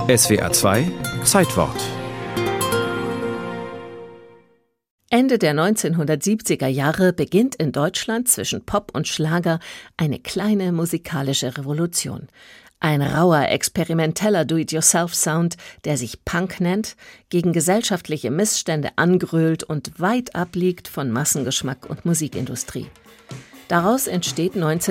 SWR 2 Zeitwort. Ende der 1970er Jahre beginnt in Deutschland zwischen Pop und Schlager eine kleine musikalische Revolution. Ein rauer, experimenteller Do-it-yourself-Sound, der sich Punk nennt, gegen gesellschaftliche Missstände angrölt und weit abliegt von Massengeschmack und Musikindustrie. Daraus entsteht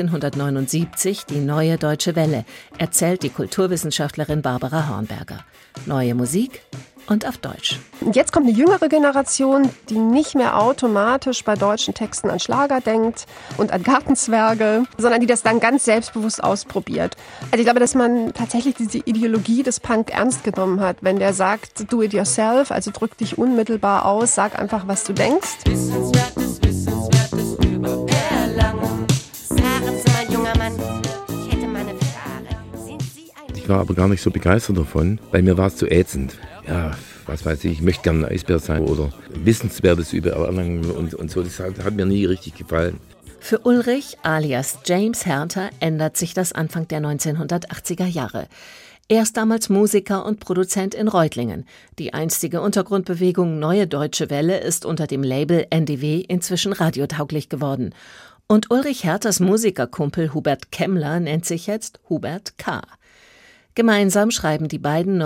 1979 die Neue Deutsche Welle, erzählt die Kulturwissenschaftlerin Barbara Hornberger. Neue Musik und auf Deutsch. Jetzt kommt eine jüngere Generation, die nicht mehr automatisch bei deutschen Texten an Schlager denkt und an Gartenzwerge, sondern die das dann ganz selbstbewusst ausprobiert. Also ich glaube, dass man tatsächlich diese Ideologie des Punk ernst genommen hat, wenn der sagt, do it yourself, also drück dich unmittelbar aus, sag einfach, was du denkst. Wissenswertes über Erlangen. Sagen Sie mal, junger Mann, ich hätte mal eine Frage. Sind Sie ein... Ich war aber gar nicht so begeistert davon, weil mir war es zu ätzend. Ja, was weiß ich möchte gerne ein Eisbär sein oder Wissenswertes über Erlangen und so. Das hat mir nie richtig gefallen. Für Ulrich alias James Herter ändert sich das Anfang der 1980er Jahre. Er ist damals Musiker und Produzent in Reutlingen. Die einstige Untergrundbewegung Neue Deutsche Welle ist unter dem Label NDW inzwischen radiotauglich geworden. Und Ulrich Herters Musikerkumpel Hubert Kemmler nennt sich jetzt Hubert K. Gemeinsam schreiben die beiden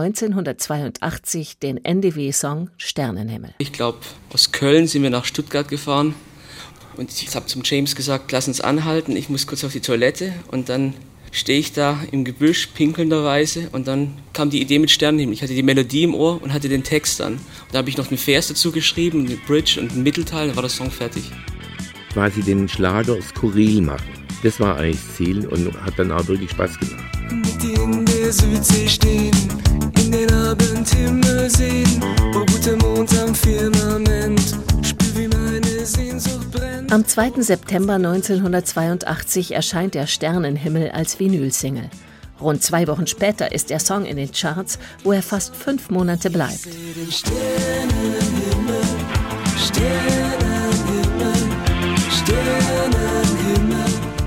1982 den NDW-Song Sternenhimmel. Ich glaube, aus Köln sind wir nach Stuttgart gefahren und ich habe zum James gesagt, lass uns anhalten, ich muss kurz auf die Toilette und dann stehe ich da im Gebüsch pinkelnderweise und dann kam die Idee mit Sternenhimmel. Ich hatte die Melodie im Ohr und hatte den Text an. Und da habe ich noch einen Vers dazu geschrieben, eine Bridge und einen Mittelteil, dann war der Song fertig. Quasi den Schlager skurril machen. Das war eigentlich das Ziel und hat dann auch wirklich Spaß gemacht. Mit dir in der Südsee stehen, in den Abendhimmel sehen, wo guter Mond am Firmament, spür wie meine Sehnsucht brennt. Am 2. September 1982 erscheint der Sternenhimmel als Vinylsingle. Rund 2 Wochen später ist der Song in den Charts, wo er fast 5 Monate bleibt. Sternenhimmel, Sternenhimmel, Sternenhimmel.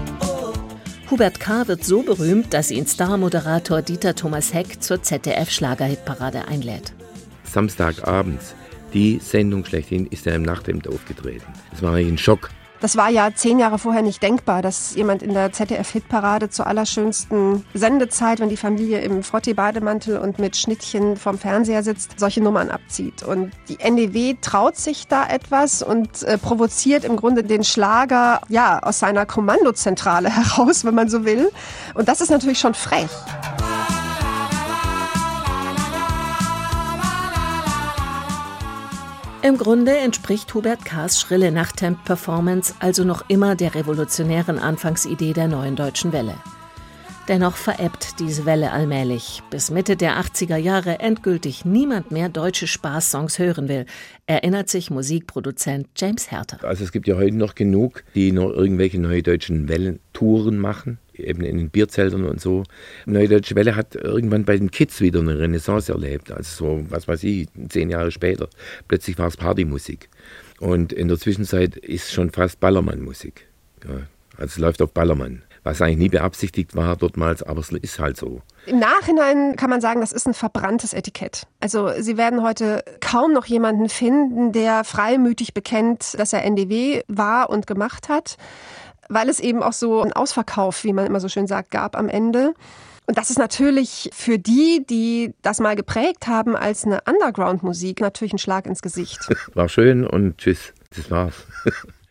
Hubert K. wird so berühmt, dass ihn Star-Moderator Dieter Thomas Heck zur ZDF-Schlagerhitparade einlädt. Samstagabends, die Sendung schlechthin, ist er im Nachthemd aufgetreten. Das war eigentlich ein Schock. Das war ja 10 Jahre vorher nicht denkbar, dass jemand in der ZDF-Hitparade zur allerschönsten Sendezeit, wenn die Familie im Frottee-Bademantel und mit Schnittchen vorm Fernseher sitzt, solche Nummern abzieht. Und die NDW traut sich da etwas und provoziert im Grunde den Schlager aus seiner Kommandozentrale heraus, wenn man so will. Und das ist natürlich schon frech. Im Grunde entspricht Hubert K.'s schrille Nachthemd-Performance also noch immer der revolutionären Anfangsidee der Neuen Deutschen Welle. Dennoch verebbt diese Welle allmählich, bis Mitte der 80er Jahre endgültig niemand mehr deutsche Spaßsongs hören will, erinnert sich Musikproduzent James Herter. Also es gibt ja heute noch genug, die noch irgendwelche Neue Deutschen Wellen-Touren machen, eben in den Bierzeltern und so. Neue Deutsche Welle hat irgendwann bei den Kids wieder eine Renaissance erlebt, also so, was weiß ich, 10 Jahre später. Plötzlich war es Partymusik. Und in der Zwischenzeit ist schon fast Ballermann-Musik. Ja, also es läuft auf Ballermann. Was eigentlich nie beabsichtigt war dortmals, aber es ist halt so. Im Nachhinein kann man sagen, das ist ein verbranntes Etikett. Also Sie werden heute kaum noch jemanden finden, der freimütig bekennt, dass er NDW war und gemacht hat, weil es eben auch so einen Ausverkauf, wie man immer so schön sagt, gab am Ende. Und das ist natürlich für die das mal geprägt haben als eine Underground-Musik, natürlich ein Schlag ins Gesicht. War schön und tschüss, das war's.